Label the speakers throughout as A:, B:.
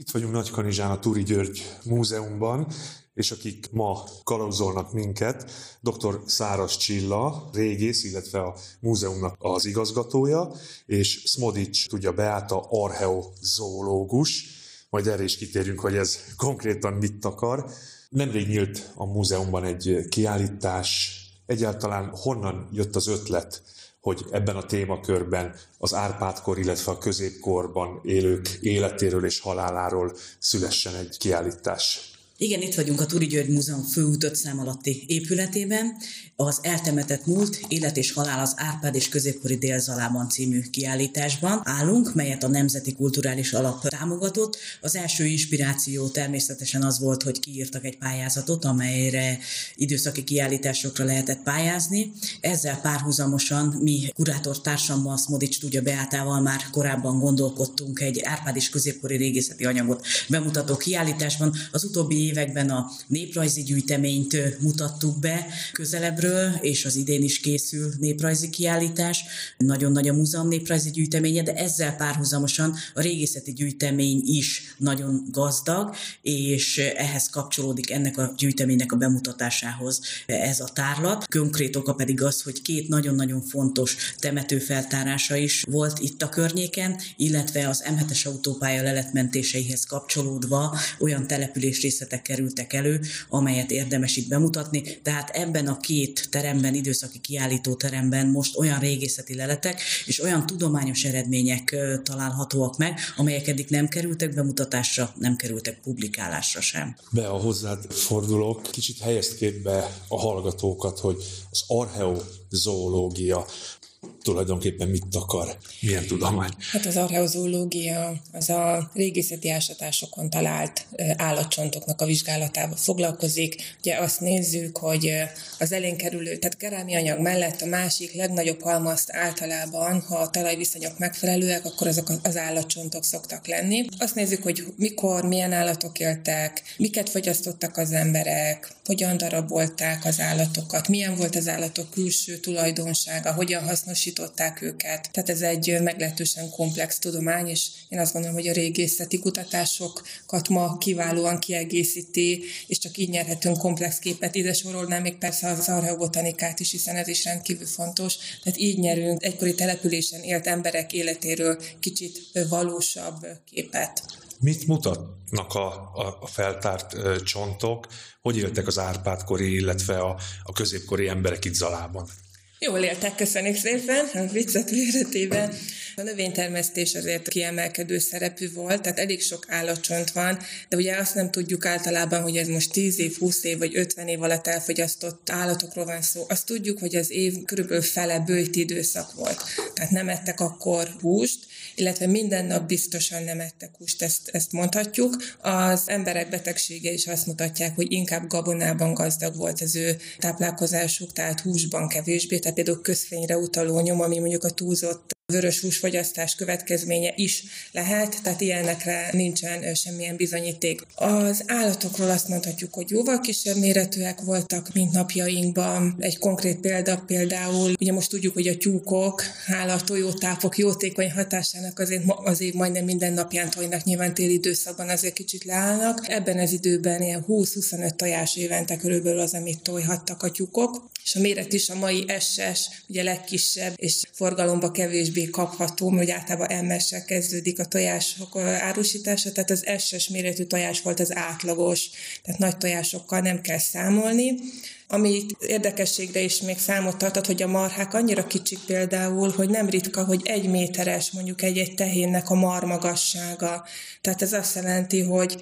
A: Itt vagyunk Nagykanizsán a Turi György Múzeumban, és akik ma kalauzolnak minket, dr. Száraz Csilla, régész, illetve a múzeumnak az igazgatója, és Szmodics Tudja Beáta, archeozoológus. Majd erre is kitérünk, hogy ez konkrétan mit akar. Nemrég nyílt a múzeumban egy kiállítás. Egyáltalán honnan jött az ötlet, hogy ebben a témakörben az Árpád-kor, illetve a középkorban élők életéről és haláláról szülessen egy kiállítás?
B: Igen, itt vagyunk a Turi György Múzeum főút 5 szám alatti épületében. Az Eltemetett múlt, élet és halál az Árpád és középkori Dél-Zalában című kiállításban állunk, melyet a Nemzeti Kulturális Alap támogatott. Az első inspiráció természetesen az volt, hogy kiírtak egy pályázatot, amelyre időszaki kiállításokra lehetett pályázni. Ezzel párhuzamosan mi kurátor társammal, Szmodics Tudja Beátával már korábban gondolkodtunk egy Árpád és középkori régészeti anyagot bemutató kiállításban. Az utóbbi években a néprajzi gyűjteményt mutattuk be közelebbről, és az idén is készül néprajzi kiállítás. Nagyon nagy a múzeum néprajzi gyűjteménye, de ezzel párhuzamosan a régészeti gyűjtemény is nagyon gazdag, és ehhez kapcsolódik ennek a gyűjteménynek a bemutatásához ez a tárlat. Konkrét oka pedig az, hogy 2 nagyon-nagyon fontos temető feltárása is volt itt a környéken, illetve az M7-es autópálya leletmentéseihez kapcsolódva olyan településrészletek kerültek elő, amelyet érdemes itt bemutatni. Tehát ebben a 2 teremben, időszaki kiállító teremben most olyan régészeti leletek és olyan tudományos eredmények találhatóak meg, amelyek eddig nem kerültek bemutatásra, nem kerültek publikálásra sem.
A: Be a hozzád fordulok, kicsit helyezd képbe a hallgatókat, hogy az archeozoológia tulajdonképpen mit akar? Milyen tudomány?
C: Hát az archeozoológia az a régészeti ásatásokon talált állatcsontoknak a vizsgálatába foglalkozik. Ugye azt nézzük, hogy az elén kerülő, tehát kerámia anyag mellett a másik legnagyobb halmazt általában, ha a talajviszonyok megfelelőek, akkor azok az állatcsontok szoktak lenni. Azt nézzük, hogy mikor, milyen állatok éltek, miket fogyasztottak az emberek, hogyan darabolták az állatokat, milyen volt az állatok külső tulajdonsága, hogyan hasznosították őket. Tehát ez egy meglehetősen komplex tudomány, és én azt gondolom, hogy a régészeti kutatásokat ma kiválóan kiegészíti, és csak így nyerhetünk komplex képet. Ide sorolnám még persze az archeobotanikát is, hiszen ez is rendkívül fontos. Tehát így nyerünk egykori településen élt emberek életéről kicsit valósabb képet.
A: Mit mutatnak a feltárt csontok? Hogy éltek az Árpád-kori, illetve a középkori emberek itt Zalában?
C: Jól éltek, köszönjük szépen, a viccet méretében. A növénytermesztés azért kiemelkedő szerepű volt, tehát elég sok állatcsont van, de ugye azt nem tudjuk általában, hogy ez most 10 év, 20 év vagy 50 év alatt elfogyasztott állatokról van szó. Azt tudjuk, hogy az év körülbelül fele böjti időszak volt. Tehát nem ettek akkor húst, illetve minden nap biztosan nem ettek húst, ezt mondhatjuk. Az emberek betegsége is azt mutatják, hogy inkább gabonában gazdag volt az ő táplálkozásuk, tehát húsban kevésbé, tehát például közfényre utaló nyom, ami mondjuk a túlzott vörös húsfogyasztás következménye is lehet, tehát ilyenekre nincsen semmilyen bizonyíték. Az állatokról azt mondhatjuk, hogy jóval kisebb méretűek voltak, mint napjainkban. Egy konkrét példa például, ugye most tudjuk, hogy a tyúkok, hála a tojótápok jótékony hatásának azért az év majdnem minden napján tojnak, nyilván téli időszakban azért kicsit leállnak. Ebben az időben ilyen 20-25 tojás évente körülbelül az, amit tojhattak a tyúkok. És a méret is a mai SS, ugye legkisebb, és forgalomba kevésbé kapható, hogy általában MS-sel kezdődik a tojások árusítása, tehát az SS méretű tojás volt az átlagos, tehát nagy tojásokkal nem kell számolni. Ami érdekességre is még számot tartott, hogy a marhák annyira kicsik például, hogy nem ritka, hogy 1 méteres mondjuk egy tehénnek a marmagassága. Tehát ez azt jelenti,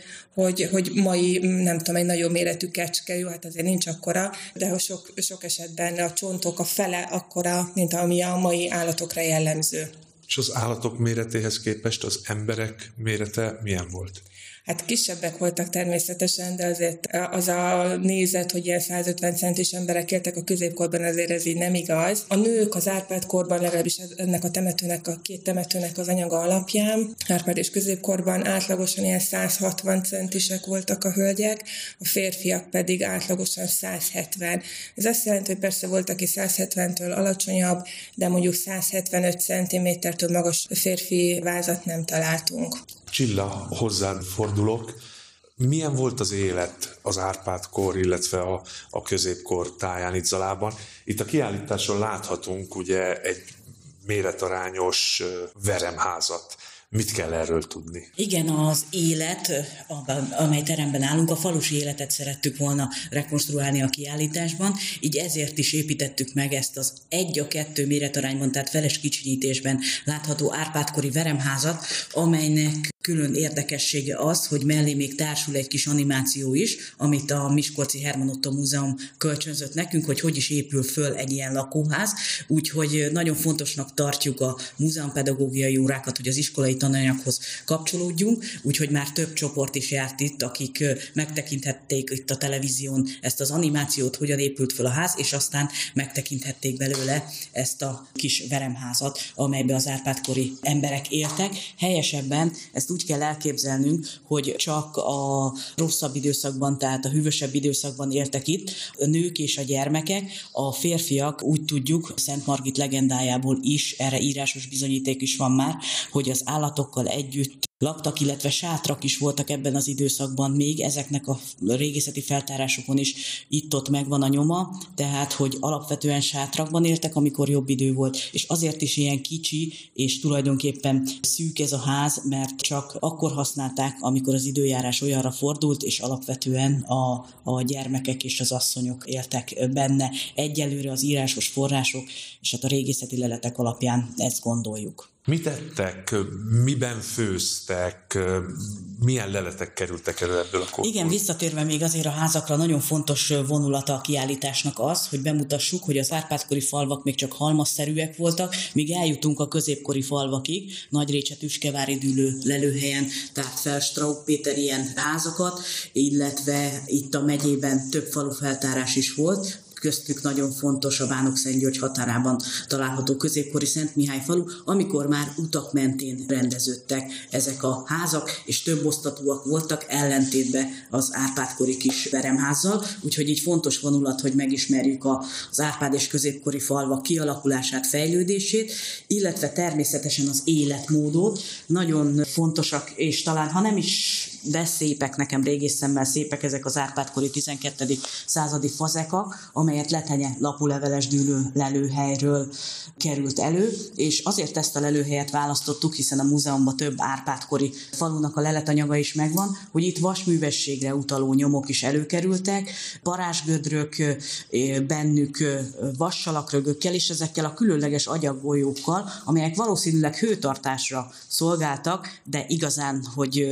C: hogy mai, nem tudom, egy nagyobb méretű kecske, jó, hát azért nincs akkora, de hogy sok esetben a csontok a fele akkora, mint ami a mai állatokra jellemző.
A: És az állatok méretéhez képest az emberek mérete milyen volt?
C: Hát kisebbek voltak természetesen, de azért az a nézet, hogy ilyen 150 centis emberek éltek a középkorban, azért ez így nem igaz. A nők az Árpád-korban, legalábbis ennek a temetőnek, a 2 temetőnek az anyaga alapján, Árpád és középkorban átlagosan ilyen 160 centisek voltak a hölgyek, a férfiak pedig átlagosan 170. Ez azt jelenti, hogy persze volt, aki 170-től alacsonyabb, de mondjuk 175 cm-től magas férfi vázat nem találtunk.
A: Csilla, hozzád fordulok. Milyen volt az élet az Árpád-kor, illetve a középkor táján itt Zalában? Itt a kiállításon láthatunk ugye egy méretarányos veremházat. Mit kell erről tudni?
B: Igen, az élet, amely teremben állunk, a falusi életet szerettük volna rekonstruálni a kiállításban, így ezért is építettük meg ezt az 1:2 méretarányban, tehát feles kicsinyítésben látható Árpád-kori veremházat, amelynek külön érdekessége az, hogy mellé még társul egy kis animáció is, amit a Miskolci Herman Otto Múzeum kölcsönzött nekünk, hogy is épül föl egy ilyen lakóház, úgyhogy nagyon fontosnak tartjuk a múzeumpedagógiai órákat, hogy az iskolai tananyaghoz kapcsolódjunk, úgyhogy már több csoport is járt itt, akik megtekinthették itt a televízión ezt az animációt, hogyan épült föl a ház, és aztán megtekinthették belőle ezt a kis veremházat, amelybe az Árpád-kori emberek éltek. Helyesebben ezt úgy kell elképzelnünk, hogy csak a rosszabb időszakban, tehát a hűvösebb időszakban éltek itt a nők és a gyermekek, a férfiak, úgy tudjuk, Szent Margit legendájából is, erre írásos bizonyíték is van már, hogy az állatokkal együtt laktak, illetve sátrak is voltak ebben az időszakban még, ezeknek a régészeti feltárásokon is itt-ott megvan a nyoma, tehát, hogy alapvetően sátrakban éltek, amikor jobb idő volt, és azért is ilyen kicsi, és tulajdonképpen szűk ez a ház, mert csak akkor használták, amikor az időjárás olyanra fordult, és alapvetően a gyermekek és az asszonyok éltek benne. Egyelőre az írásos források és hát a régészeti leletek alapján ezt gondoljuk.
A: Mit ettek, miben főztek, milyen leletek kerültek elő ebből a korból?
B: Igen, visszatérve még azért a házakra, nagyon fontos vonulata a kiállításnak az, hogy bemutassuk, hogy az Árpád-kori falvak még csak halmazszerűek voltak, míg eljutunk a középkori falvakig, Nagyrécse, Tüskevári dűlő lelőhelyen tárt fel Straub Péter ilyen házakat, illetve itt a megyében több falufeltárás is volt, köztük nagyon fontos a Bánok-Szentgyörgy határában található középkori Szent Mihály falu, amikor már utak mentén rendeződtek ezek a házak, és több osztatúak voltak ellentétben az Árpád-kori kis veremházzal, úgyhogy így fontos vonulat, hogy megismerjük az Árpád és középkori falvak kialakulását, fejlődését, illetve természetesen az életmódot. Nagyon fontosak, és talán ha nem is de szépek, nekem régész szemmel szépek ezek az Árpád-kori 12. századi fazekak, amelyet Letenye lapuleveles dűlő lelőhelyről került elő, és azért ezt a lelőhelyet választottuk, hiszen a múzeumban több Árpád-kori falunak a leletanyaga is megvan, hogy itt vasművességre utaló nyomok is előkerültek, parázsgödrök, bennük vassalakrögökkel, és ezekkel a különleges agyaggolyókkal, amelyek valószínűleg hőtartásra szolgáltak, de igazán, hogy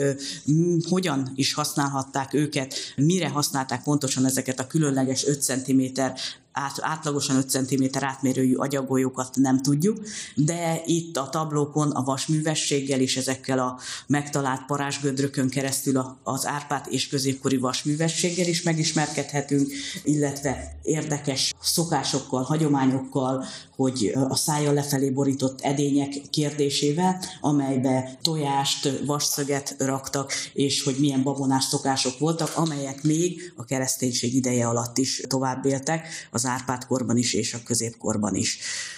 B: hogyan is használhatták őket, mire használták pontosan ezeket a különleges 5 cm, átlagosan 5 cm átmérőjű agyaggolyókat nem tudjuk, de itt a tablókon a vasművességgel és ezekkel a megtalált parázsgödrökön keresztül az Árpád és középkori vasművességgel is megismerkedhetünk, illetve érdekes szokásokkal, hagyományokkal, hogy a szájjal lefelé borított edények kérdésével, amelybe tojást, vasszöget raktak, és hogy milyen babonás szokások voltak, amelyek még a kereszténység ideje alatt is tovább éltek, az Árpád-korban is és a középkorban is.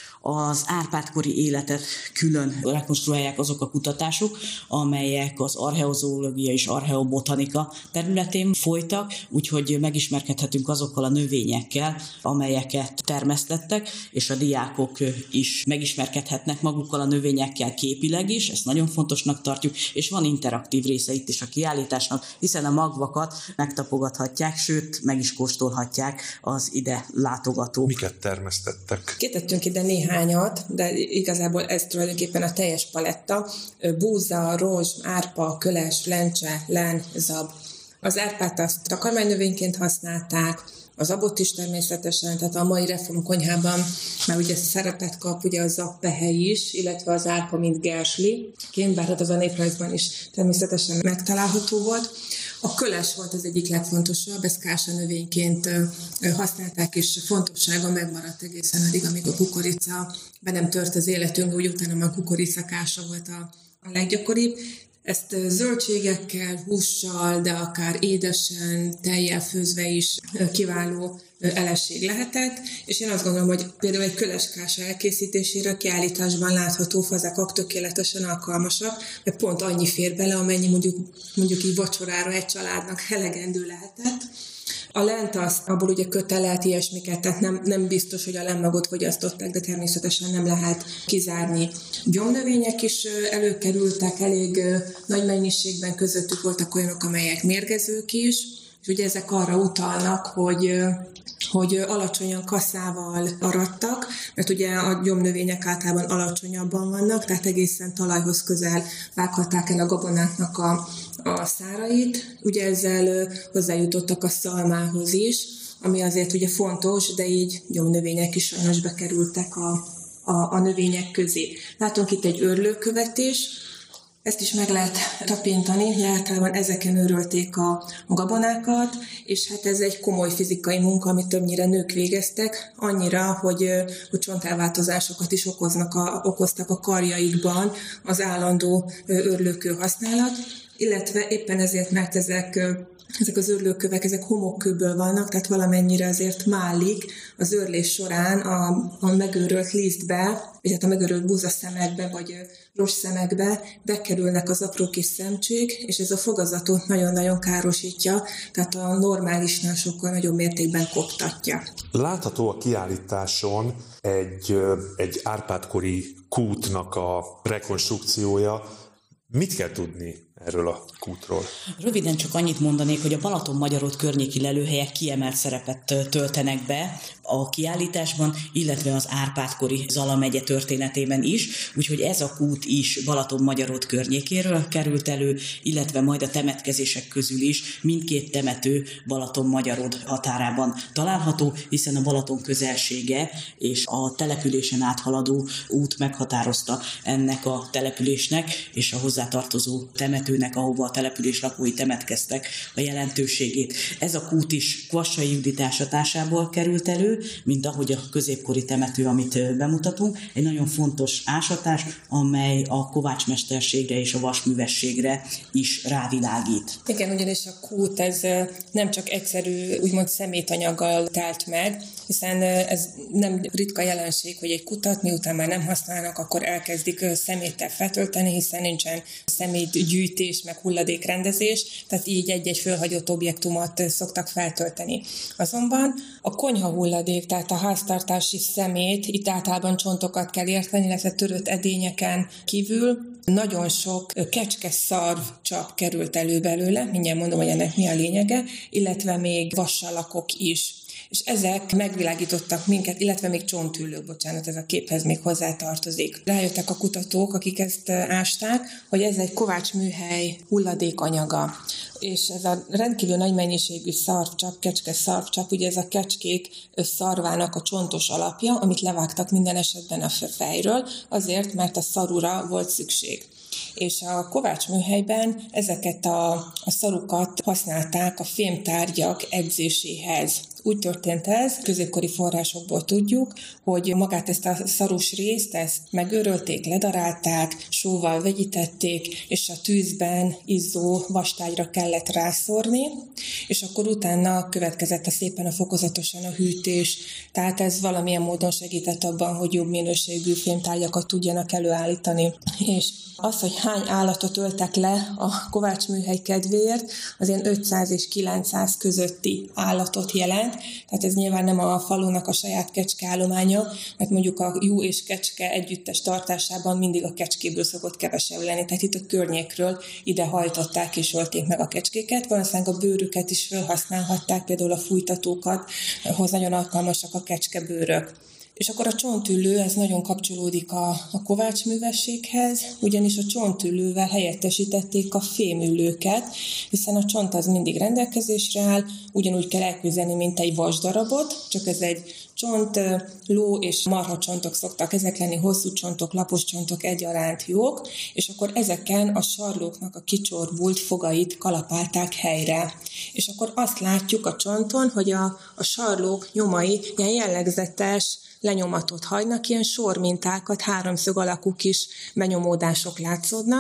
B: Az Árpád-kori életet külön rekonstruálják azok a kutatások, amelyek az archeozoológia és archeobotanika területén folytak, úgyhogy megismerkedhetünk azokkal a növényekkel, amelyeket termesztettek, és a diákok is megismerkedhetnek magukkal a növényekkel képileg is, ezt nagyon fontosnak tartjuk, és van interaktív része itt is a kiállításnak, hiszen a magvakat megtapogathatják, sőt, meg is kóstolhatják az ide látogatók.
A: Miket termesztettek?
C: Kitettünk ide néhányat, de igazából ez tulajdonképpen a teljes paletta. Búza, rozs, árpa, köles, lencse, len, zab. Az árpát azt takarmánynövényként használták, az abot is természetesen, tehát a mai reformkonyhában már ugye szerepet kap ugye a zappehely is, illetve az árpa, mint gersliként, bár az a néprajzban is természetesen megtalálható volt. A köles volt az egyik legfontosabb, ezt kása növényként használták, és fontossága megmaradt egészen addig, amíg a kukorica be nem tört az életünkbe, úgy utána már kukoricakása volt a leggyakoribb. Ezt zöldségekkel, hússal, de akár édesen, tejjel főzve is kiváló elesség lehetett, és én azt gondolom, hogy például egy köleskása elkészítésére kiállításban látható fazekak tökéletesen alkalmasak, mert pont annyi fér bele, amennyi mondjuk így vacsorára egy családnak elegendő lehetett. A lent abból ugye kötelet, ilyesmiket, tehát nem biztos, hogy a lemmagot fogyasztották, de természetesen nem lehet kizárni. Gyomnövények is előkerültek elég nagy mennyiségben, közöttük voltak olyanok, amelyek mérgezők is, és ugye ezek arra utalnak, hogy alacsonyan kaszával aradtak, mert ugye a gyomnövények általában alacsonyabban vannak, tehát egészen talajhoz közel vághatták el a gabonáknak a szárait. Ugye ezzel hozzájutottak a szalmához is, ami azért ugye fontos, de így gyomnövények is sajnos bekerültek a növények közé. Látunk itt egy őrlőkövet is, ezt is meg lehet tapintani, hogy általában ezeken őrölték a gabonákat, és hát ez egy komoly fizikai munka, amit többnyire nők végeztek, annyira, hogy csontelváltozásokat is okoztak a karjaikban az állandó őrlőkő használat, illetve éppen ezért, mert ezek az őrlőkövek, ezek homokkőből vannak, tehát valamennyire azért málik az őrlés során a megőrölt lisztbe, vagy hát a megőrölt búzaszemekbe, vagy rosszemekbe bekerülnek az apró kis szemcsék, és ez a fogazatot nagyon-nagyon károsítja, tehát a normálisnál sokkal nagyobb mértékben koptatja.
A: Látható a kiállításon egy Árpád-kori kútnak a rekonstrukciója. Mit kell tudni erről a kútról?
B: Röviden csak annyit mondanék, hogy a Balaton-Magyaród környéki lelőhelyek kiemelt szerepet töltenek be a kiállításban, illetve az Árpád-kori Zala megye történetében is, úgyhogy ez a kút is Balaton-Magyaród környékéről került elő, illetve majd a temetkezések közül is mindkét temető Balaton-Magyaród határában található, hiszen a Balaton közelsége és a településen áthaladó út meghatározta ennek a településnek és a hozzátartozó temetőnek, ahova a település lakói temetkeztek, a jelentőségét. Ez a kút is Kvassai Judit ásatásából került elő, mint ahogy a középkori temető, amit bemutatunk. Egy nagyon fontos ásatás, amely a kovácsmesterségre és a vasművességre is rávilágít.
C: Igen, ugyanis a kút ez nem csak egyszerű, úgymond szemétanyaggal telt meg, hiszen ez nem ritka jelenség, hogy egy kutat miután már nem használnak, akkor elkezdik szeméttel feltölteni, hiszen nincsen szemétgyűjtés, meg hulladékrendezés, tehát így egy-egy fölhagyott objektumot szoktak feltölteni. Azonban a konyha hulladék, tehát a háztartási szemét, itt általában csontokat kell érteni, illetve törött edényeken kívül nagyon sok kecske-szarvcsap került elő belőle, mindjárt mondom, hogy ennek mi a lényege, illetve még vassalakok is. És ezek megvilágítottak minket, illetve még csontüllők, bocsánat, ez a képhez még hozzátartozik. Rájöttek a kutatók, akik ezt ásták, hogy ez egy kovácsműhely hulladékanyaga. És ez a rendkívül nagy mennyiségű szarvcsap, kecske szarvcsap, ugye ez a kecskék szarvának a csontos alapja, amit levágtak minden esetben a fejről, azért, mert a szarúra volt szükség. És a Kovács műhelyben ezeket a szarukat használták a fémtárgyak edzéséhez. Úgy történt ez, középkori forrásokból tudjuk, hogy magát ezt a szarus részt, ezt megőrölték, ledarálták, sóval vegyítették, és a tűzben izzó vastágyra kellett rászórni, és akkor utána következett szépen fokozatosan a hűtés. Tehát ez valamilyen módon segített abban, hogy jobb minőségű fémtárgyakat tudjanak előállítani. És az, hogy hány állatot öltek le a Kovács műhely kedvéért, az ilyen 500 és 900 közötti állatot jelent. Tehát ez nyilván nem a falunak a saját kecskeállománya, mert mondjuk a juh és kecske együttes tartásában mindig a kecskéből szokott kevesebb lenni. Tehát itt a környékről ide hajtották és ölték meg a kecskéket. Valószínűleg a bőrüket is felhasználhatták, például a fújtatókat, ahhoz nagyon alkalmasak a kecskebőrök. És akkor a csontüllő, ez nagyon kapcsolódik a kovácsművességhez, ugyanis a csontüllővel helyettesítették a fémüllőket, hiszen a csont az mindig rendelkezésre áll, ugyanúgy kell elküzdeni, mint egy vasdarabot, csak ez egy csont, ló és marhacsontok szoktak ezek lenni, hosszú csontok, lapos csontok egyaránt jók, és akkor ezeken a sarlóknak a kicsorbult fogait kalapálták helyre. És akkor azt látjuk a csonton, hogy a sarlók nyomai ilyen jellegzetes lenyomatot hagynak, ilyen sormintákat, háromszög alakú kis benyomódások látszódnak,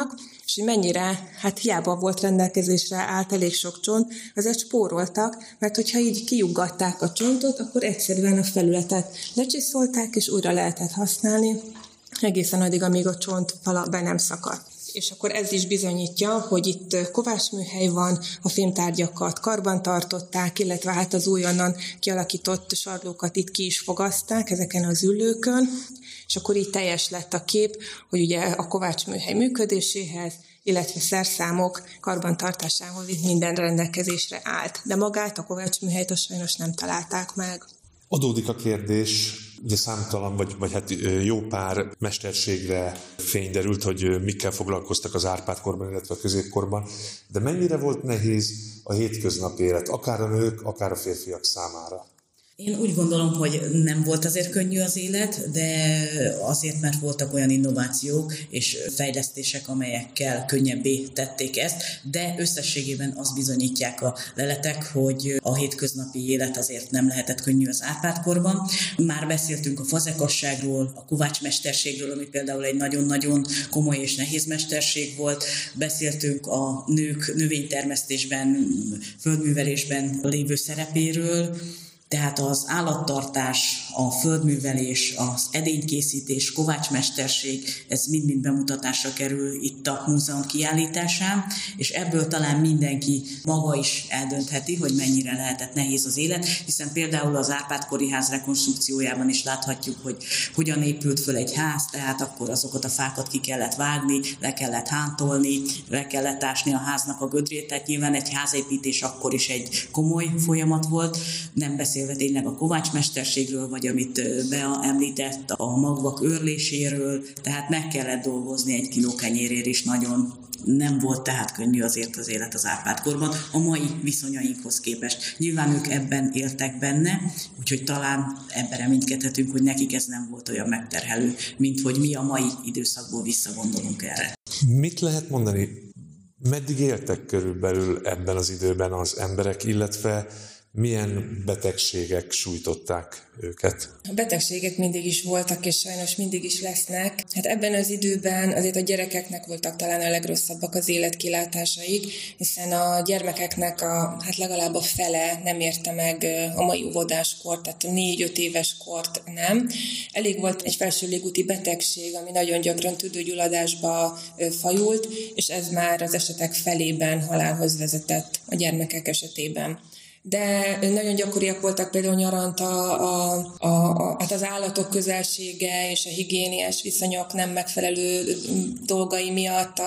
C: és hogy mennyire, hiába volt rendelkezésre állt elég sok csont, azért spóroltak, mert hogyha így kijuggatták a csontot, akkor egyszerűen a felületet lecsiszolták, és újra lehetett használni, egészen addig, amíg a csontfala be nem szakadt. És akkor ez is bizonyítja, hogy itt kovácsműhely van, a fémtárgyakat karban tartották, illetve az újonnan kialakított sarlókat itt ki is fogaszták ezeken az üllőkön, és akkor így teljes lett a kép, hogy ugye a kovácsműhely működéséhez, illetve szerszámok karbantartásához itt minden rendelkezésre állt. De magát a kovácsműhelyt sajnos nem találták meg.
A: Adódik a kérdés, ugye számtalan, vagy jó pár mesterségre fény derült, hogy mikkel foglalkoztak az Árpád-korban, illetve a középkorban, de mennyire volt nehéz a hétköznapi élet, akár a nők, akár a férfiak számára?
B: Én úgy gondolom, hogy nem volt azért könnyű az élet, de azért, mert voltak olyan innovációk és fejlesztések, amelyekkel könnyebbé tették ezt, de összességében azt bizonyítják a leletek, hogy a hétköznapi élet azért nem lehetett könnyű az Árpád-korban. Már beszéltünk a fazekasságról, a kovácsmesterségről, ami például egy nagyon-nagyon komoly és nehéz mesterség volt. Beszéltünk a nők növénytermesztésben, földművelésben lévő szerepéről. Tehát az állattartás, a földművelés, az edénykészítés, kovácsmesterség, ez mind-mind bemutatásra kerül itt a múzeum kiállításán, és ebből talán mindenki maga is eldöntheti, hogy mennyire lehetett nehéz az élet, hiszen például az Árpád-kori ház rekonstrukciójában is láthatjuk, hogy hogyan épült föl egy ház, tehát akkor azokat a fákat ki kellett vágni, le kellett hántolni, le kellett ásni a háznak a gödrét, tehát nyilván egy házépítés akkor is egy komoly folyamat volt, nem beszélve tényleg a kovácsmesterségről, vagy amit Bea említett, a magvak őrléséről, tehát meg kellett dolgozni egy kiló kenyérért is, nagyon nem volt tehát könnyű azért az élet az Árpád-korban, a mai viszonyainkhoz képest. Nyilván ők ebben éltek benne, úgyhogy talán ebben reménykedhetünk, hogy nekik ez nem volt olyan megterhelő, mint hogy mi a mai időszakból visszagondolunk erre.
A: Mit lehet mondani? Meddig éltek körülbelül ebben az időben az emberek, illetve milyen betegségek sújtották őket?
C: A betegségek mindig is voltak, és sajnos mindig is lesznek. Ebben az időben azért a gyerekeknek voltak talán a legrosszabbak az életkilátásaik, hiszen a gyermekeknek legalább a fele nem érte meg a mai óvodáskort, tehát 4-5 éves kort nem. Elég volt egy felső légúti betegség, ami nagyon gyakran tüdőgyulladásba fajult, és ez már az esetek felében halálhoz vezetett a gyermekek esetében. De nagyon gyakoriak voltak például nyaranta az állatok közelsége és a higiéniás viszonyok nem megfelelő dolgai miatt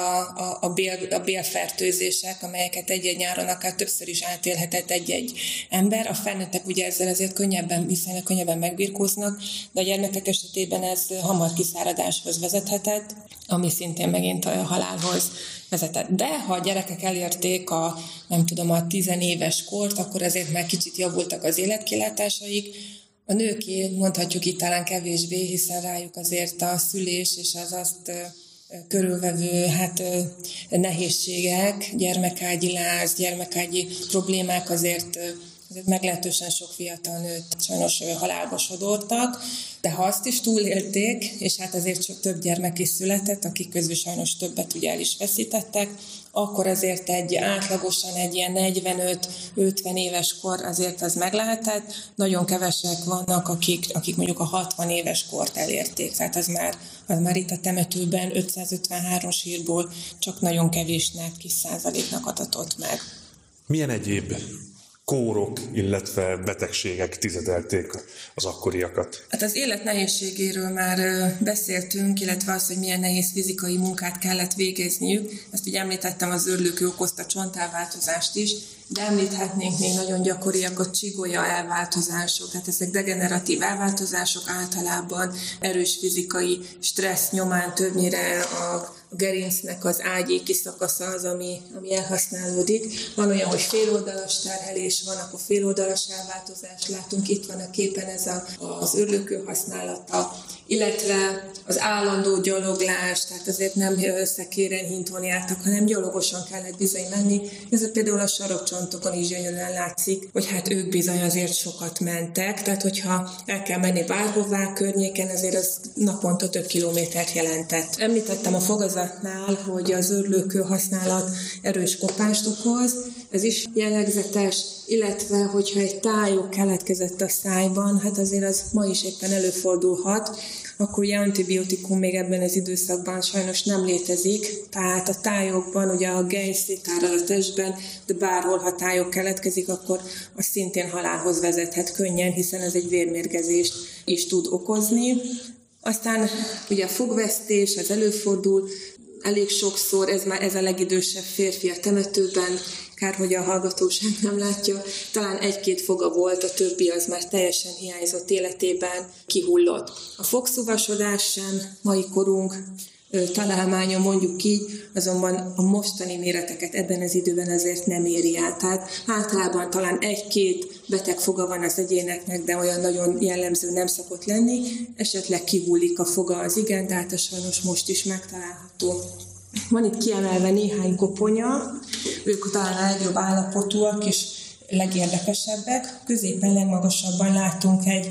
C: a bélfertőzések, amelyeket egy-egy nyáron akár többször is átélhetett egy-egy ember. A felnőttek ugye ezzel azért viszonylag könnyebben megbirkóznak, de a gyermekek esetében ez hamar kiszáradáshoz vezethetett, ami szintén megint a halálhoz vezetett. De ha a gyerekek elérték a 10 éves kort, akkor azért már kicsit javultak az életkilátásaik. A nőké mondhatjuk itt talán kevésbé, hiszen rájuk azért a szülés és az azt körülvevő nehézségek, gyermekágyi láz, gyermekágyi problémák azért meglehetősen sok fiatal nőt sajnos halálba sodortak, de ha azt is túlélték, és azért több gyermek is született, akik közül sajnos többet ugye el is veszítettek, akkor azért átlagosan egy ilyen 45-50 éves kor azért ez meg lehetett. Nagyon kevesek vannak, akik mondjuk a 60 éves kort elérték. Tehát az már itt a temetőben 553 sírból csak nagyon kevésnek, kis százaléknak adatott meg.
A: Milyen egyéb kórok, illetve betegségek tizedelték az akkoriakat?
C: Az élet nehézségéről már beszéltünk, illetve az, hogy milyen nehéz fizikai munkát kellett végezniük. Ezt így említettem, az őrlőkő okozta csontelváltozást is, de említhetnénk még nagyon gyakoriak a csigolya elváltozások, tehát ezek degeneratív elváltozások általában erős fizikai stressz nyomán többnyire a gerincnek az ágyéki szakasza az, ami elhasználódik. Van olyan, hogy féloldalas terhelés van, akkor féloldalas elváltozást látunk, itt van a képen ez az őrlőkő használata, illetve az állandó gyaloglás, tehát azért nem szekéren hintón jártak, hanem gyalogosan kellett bizony menni. Ez például a sarokcsontokon is gyönyörűen látszik, hogy hát ők bizony azért sokat mentek, tehát hogyha el kell menni bárhová környéken, azért az naponta több kilométert jelentett. Említettem a fogazatnál, hogy az őrlőkő használat erős kopást okoz, ez is jellegzetes, illetve hogyha egy tályok keletkezett a szájban, hát azért az ma is éppen előfordulhat, akkor ugye antibiotikum még ebben az időszakban sajnos nem létezik, tehát a tályokban ugye a geny szétárad a testben, de bárhol, ha tályok keletkezik, akkor az szintén halálhoz vezethet könnyen, hiszen ez egy vérmérgezést is tud okozni. Aztán ugye a fogvesztés, az előfordul, elég sokszor, ez a legidősebb férfi a temetőben, kár, hogy a hallgatóság nem látja, talán 1-2 foga volt, a többi az már teljesen hiányzott életében, kihullott. A fogszúvasodás sem mai korunk találmánya, mondjuk így, azonban a mostani méreteket ebben az időben azért nem éri el. Tehát általában talán 1-2 beteg foga van az egyéneknek, de olyan nagyon jellemző nem szokott lenni, esetleg kihullik a foga, az igen, de hát sajnos most is megtalálható. Van itt kiemelve néhány koponya, ők talán a legjobb állapotúak és legérdekesebbek. Középen legmagasabban látunk egy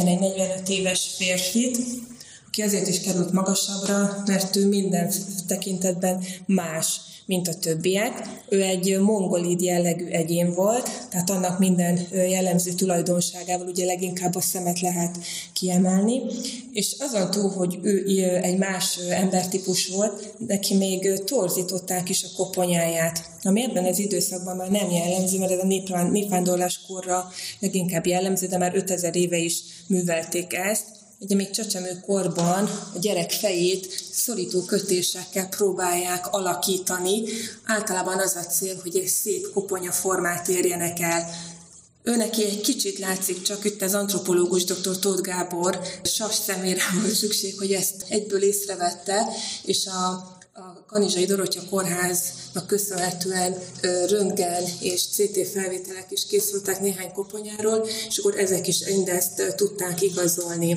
C: 41-45 éves férfit, aki azért is került magasabbra, mert ő minden tekintetben más, mint a többiek. Ő egy mongolid jellegű egyén volt, tehát annak minden jellemző tulajdonságával ugye leginkább a szemet lehet kiemelni, és azon túl, hogy ő egy más embertípus volt, neki még torzították is a koponyáját, ami ebben az időszakban már nem jellemző, mert ez a népvándorláskorra leginkább jellemző, de már 5000 éve is művelték ezt. Ugye még csecsemőkorban a gyerek fejét szorító kötésekkel próbálják alakítani. Általában az a cél, hogy egy szép koponya formát érjenek el. Őneki egy kicsit látszik, csak itt az antropológus dr. Tóth Gábor sas szemére van szükség, hogy ezt egyből észrevette, és a Kanizsai Dorottya Kórháznak köszönhetően röntgen és CT felvételek is készültek néhány koponyáról, és akkor ezek is mindezt tudták igazolni.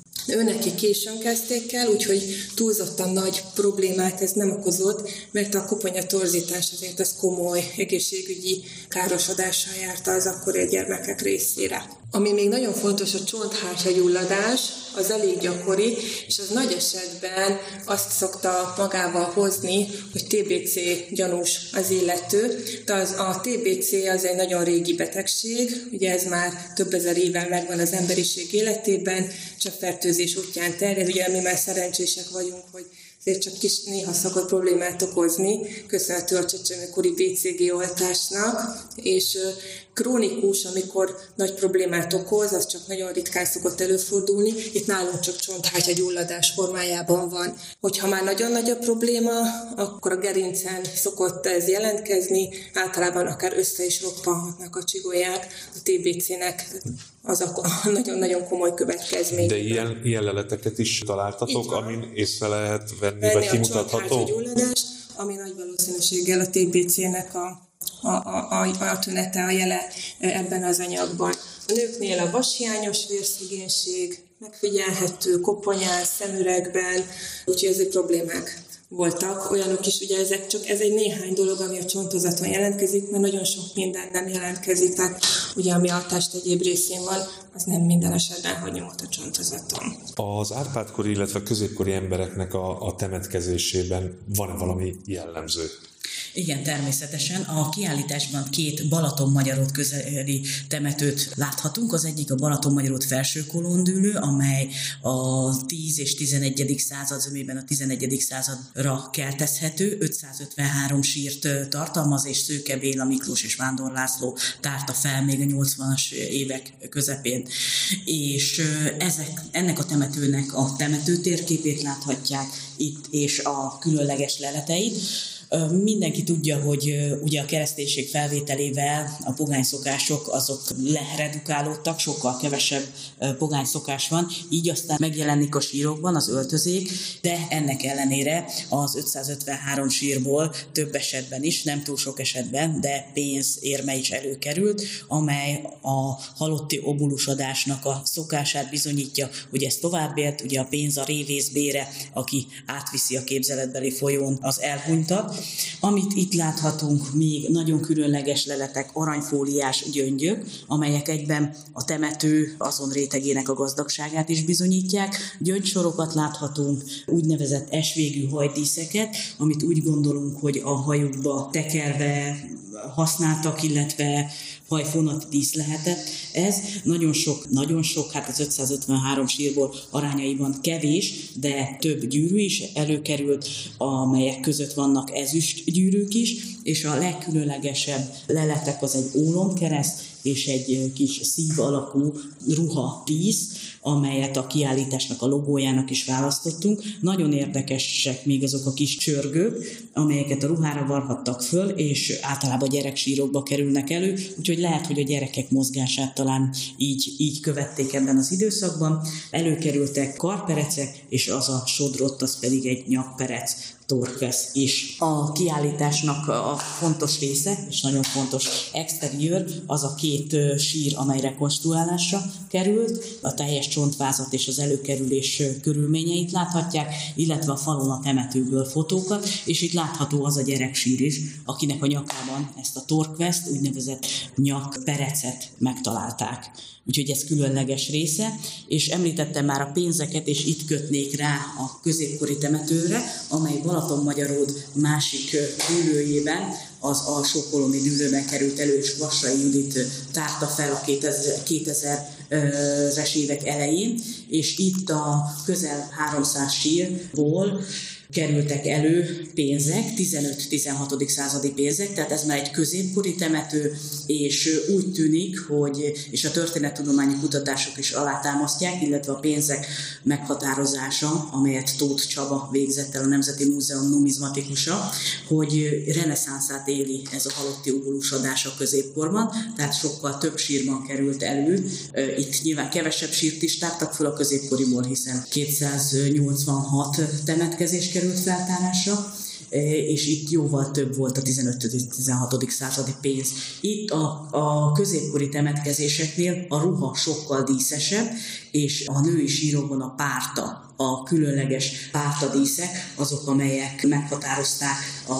C: Őneki későn kezdték el, úgyhogy túlzottan nagy problémát ez nem okozott, mert a koponya torzítás azért az komoly egészségügyi károsodással járta az akkori gyermekek részére. Ami még nagyon fontos, a csonthártyagyulladás, az elég gyakori, és az nagy esetben azt szokta magával hozni, hogy TBC gyanús az illető. De a TBC az egy nagyon régi betegség, ugye ez már több ezer éven megvan az emberiség életében, cseppfertőzés útján terjed, ugye mi már szerencsések vagyunk, hogy azért csak kis néha szokott problémát okozni, köszönhető a csecsemőkori BCG oltásnak, és krónikus, amikor nagy problémát okoz, az csak nagyon ritkán szokott előfordulni, itt nálunk csak csonthártyagyulladás formájában van. Hogyha már nagyon nagy a probléma, akkor a gerincen szokott ez jelentkezni, általában akár össze is roppanhatnak a csigolyák, a TBC-nek az a nagyon-nagyon komoly következmény.
A: De ilyen leleteket is találtatok, amin észre lehet venni vagy kimutatható?
C: A csonthártyagyulladást, ami nagy valószínűséggel a TBC-nek a tünete, a jele ebben az anyagban. A nőknél a vashiányos vérszegénység megfigyelhető koponyán, szemüregben, úgyhogy ezek problémák voltak. Olyanok is, ugye ez egy néhány dolog, ami a csontozaton jelentkezik, mert nagyon sok minden nem jelentkezik, tehát ugye ami a test egyéb részén van, az nem minden esetben hagy nyomot a csontozaton.
A: Az Árpád-kori, illetve középkori embereknek a temetkezésében van-e valami jellemző?
B: Igen, természetesen. A kiállításban 2 Balatonmagyarút közeli temetőt láthatunk. Az egyik a Balatonmagyarút felső kolondülő, amely a 10 és 11. század zömében a 11. századra keltezhető. 553 sírt tartalmaz, és Szőke Béla Miklós és Vándor László tárta fel még a 80-as évek közepén. És ennek a temetőnek a temető térképét láthatják itt, és a különleges leleteit. Mindenki tudja, hogy ugye a kereszténység felvételével a pogány szokások azok leredukálódtak, sokkal kevesebb pogány szokás van, így aztán megjelenik a sírokban az öltözék, de ennek ellenére az 553 sírból több esetben is, nem túl sok esetben, de pénz, érme is előkerült, amely a halotti obulusodásnak a szokását bizonyítja, hogy ez tovább élt, ugye a pénz a révészbére, aki átviszi a képzeletbeli folyón az elhunytat. Amit itt láthatunk, még nagyon különleges leletek, aranyfóliás gyöngyök, amelyek egyben a temető azon rétegének a gazdagságát is bizonyítják. Gyöngysorokat láthatunk, úgynevezett esvégű hajdíszeket, amit úgy gondolunk, hogy a hajukba tekerve használtak, illetve hajfonati dísz lehetett ez. Nagyon sok, hát az 553 sírból arányaiban kevés, de több gyűrű is előkerült, amelyek között vannak ezüst gyűrűk is, és a legkülönlegesebb leletek az egy ólomkereszt, és egy kis szív alakú ruha dísz, amelyet a kiállításnak a logójának is választottunk. Nagyon érdekesek még azok a kis csörgők, amelyeket a ruhára varhattak föl, és általában gyereksírokba kerülnek elő, úgyhogy lehet, hogy a gyerekek mozgását talán így követték ebben az időszakban. Előkerültek karperecek, és az a sodrott, az pedig egy nyakperec, torkvesz is. A kiállításnak a fontos része, és nagyon fontos exteriőr, az a két sír, amely rekonstruálásra került. A teljes csontvázat és az előkerülés körülményeit láthatják, illetve a falon a temetőből fotókat, és itt látható az a gyereksír is, akinek a nyakában ezt a torkveszt, úgynevezett nyakperecet megtalálták. Úgyhogy ez különleges része, és említettem már a pénzeket, és itt kötnék rá a középkori temetőre, amely Balatonmagyaród másik dűlőjében, az alsókoloni dűlőben került elő, és Vassai Judit tárta fel a 2000-es évek elején, és itt a közel 300 sírból kerültek elő pénzek, 15-16. századi pénzek, tehát ez már egy középkori temető, és úgy tűnik, hogy, és a történettudományi kutatások is alátámasztják, illetve a pénzek meghatározása, amelyet Tóth Csaba végzett el, a Nemzeti Múzeum numizmatikusa, hogy reneszánszát éli ez a halotti obulusodás a középkorban, tehát sokkal több sírban került elő. Itt nyilván kevesebb sírt is tártak föl a középkoriból, hiszen 286 temetkezés került feltárásra, és itt jóval több volt a 15-16. századi pénz. Itt a középkori temetkezéseknél a ruha sokkal díszesebb, és a női sírokban a párta, a különleges pártadíszek, azok, amelyek meghatározták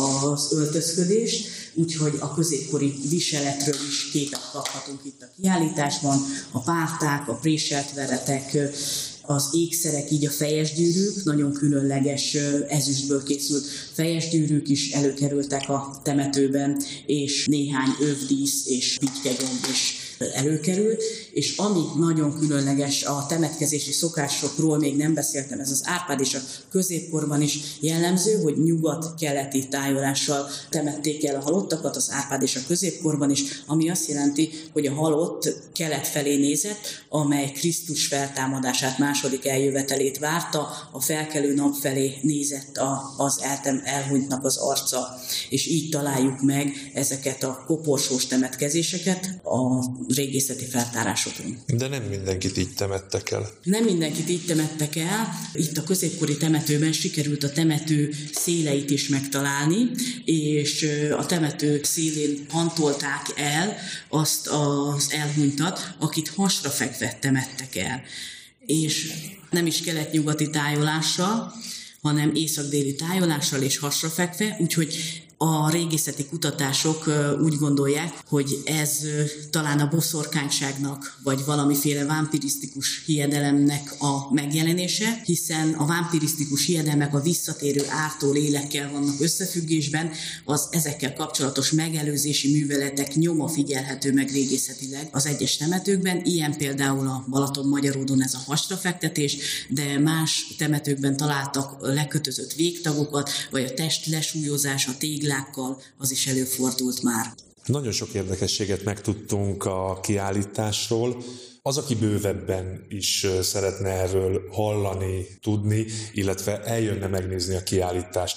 B: az öltözködést, úgyhogy a középkori viseletről is képet kaphatunk itt a kiállításban. A párták, a préselt veretek, az ékszerek, így a fejesgyűrűk, nagyon különleges ezüstből készült fejesgyűrűk is előkerültek a temetőben, és néhány övdísz és pittyegomb is előkerült, és ami nagyon különleges a temetkezési szokásokról, még nem beszéltem, ez az Árpád és a középkorban is jellemző, hogy nyugat-keleti tájolással temették el a halottakat, az Árpád és a középkorban is, ami azt jelenti, hogy a halott kelet felé nézett, amely Krisztus feltámadását, második eljövetelét várta, a felkelő nap felé nézett az elhunytnak az arca, és így találjuk meg ezeket a koporsós temetkezéseket a régészeti feltárásokon.
A: De nem mindenkit így temettek el.
B: Nem mindenkit így temettek el. Itt a középkori temetőben sikerült a temető széleit is megtalálni, és a temető szélén hantolták el azt az elhunytat, akit hasra fekve temettek el. És nem is kelet-nyugati tájolással, hanem észak-déli tájolással és hasra fekve, úgyhogy a régészeti kutatások úgy gondolják, hogy ez talán a boszorkányságnak, vagy valamiféle vámpirisztikus hiedelemnek a megjelenése, hiszen a vámpirisztikus hiedelmek a visszatérő ártó lélekkel vannak összefüggésben, az ezekkel kapcsolatos megelőzési műveletek nyoma figyelhető meg régészetileg az egyes temetőkben, ilyen például a Balatonmagyaródon ez a hasrafektetés, de más temetőkben találtak lekötözött végtagokat, vagy a test lesúlyozása téglákkal, az is előfordult már.
A: Nagyon sok érdekességet megtudtunk a kiállításról. Az, aki bővebben is szeretne erről hallani, tudni, illetve eljönne megnézni a kiállítást,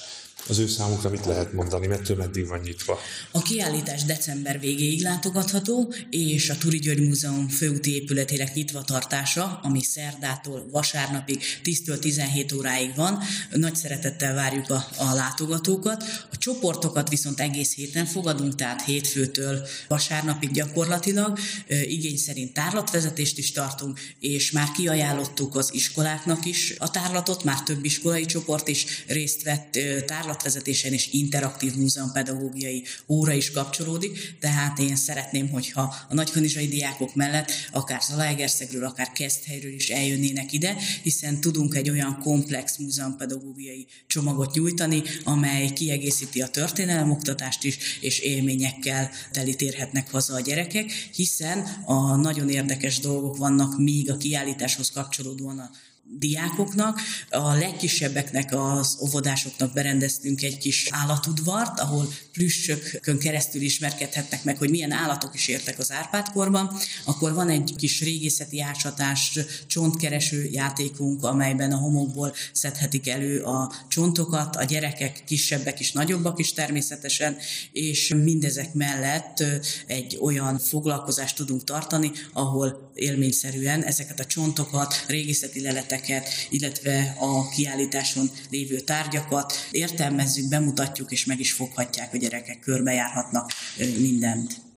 A: Az ő számukra mit lehet mondani, mettől meddig van nyitva?
B: A kiállítás december végéig látogatható, és a Turi György Múzeum főúti épületének nyitvatartása, ami szerdától vasárnapig 10-től 17 óráig van. Nagy szeretettel várjuk a látogatókat. A csoportokat viszont egész héten fogadunk, tehát hétfőtől vasárnapig gyakorlatilag. Igény szerint tárlatvezetést is tartunk, és már kiajánlottuk az iskoláknak is a tárlatot, már több iskolai csoport is részt vett tárlatvezetésen, és interaktív múzeumpedagógiai óra is kapcsolódik, tehát én szeretném, hogyha a nagykanizsai diákok mellett akár Zalaegerszegről, akár Keszthelyről is eljönnének ide, hiszen tudunk egy olyan komplex múzeumpedagógiai csomagot nyújtani, amely kiegészíti a történelemoktatást is, és élményekkel telítérhetnek haza a gyerekek, hiszen a nagyon érdekes dolgok vannak még a kiállításhoz kapcsolódóan a diákoknak. A legkisebbeknek, az óvodásoknak berendeztünk egy kis állatudvart, ahol plüssökön keresztül ismerkedhetnek meg, hogy milyen állatok is értek az Árpád-korban. Akkor van egy kis régészeti ásatás, csontkereső játékunk, amelyben a homokból szedhetik elő a csontokat, a gyerekek kisebbek is, nagyobbak is természetesen, és mindezek mellett egy olyan foglalkozást tudunk tartani, ahol élményszerűen ezeket a csontokat, régészeti leleteket, illetve a kiállításon lévő tárgyakat értelmezzük, bemutatjuk, és meg is foghatják a gyerekek, körbejárhatnak mindent.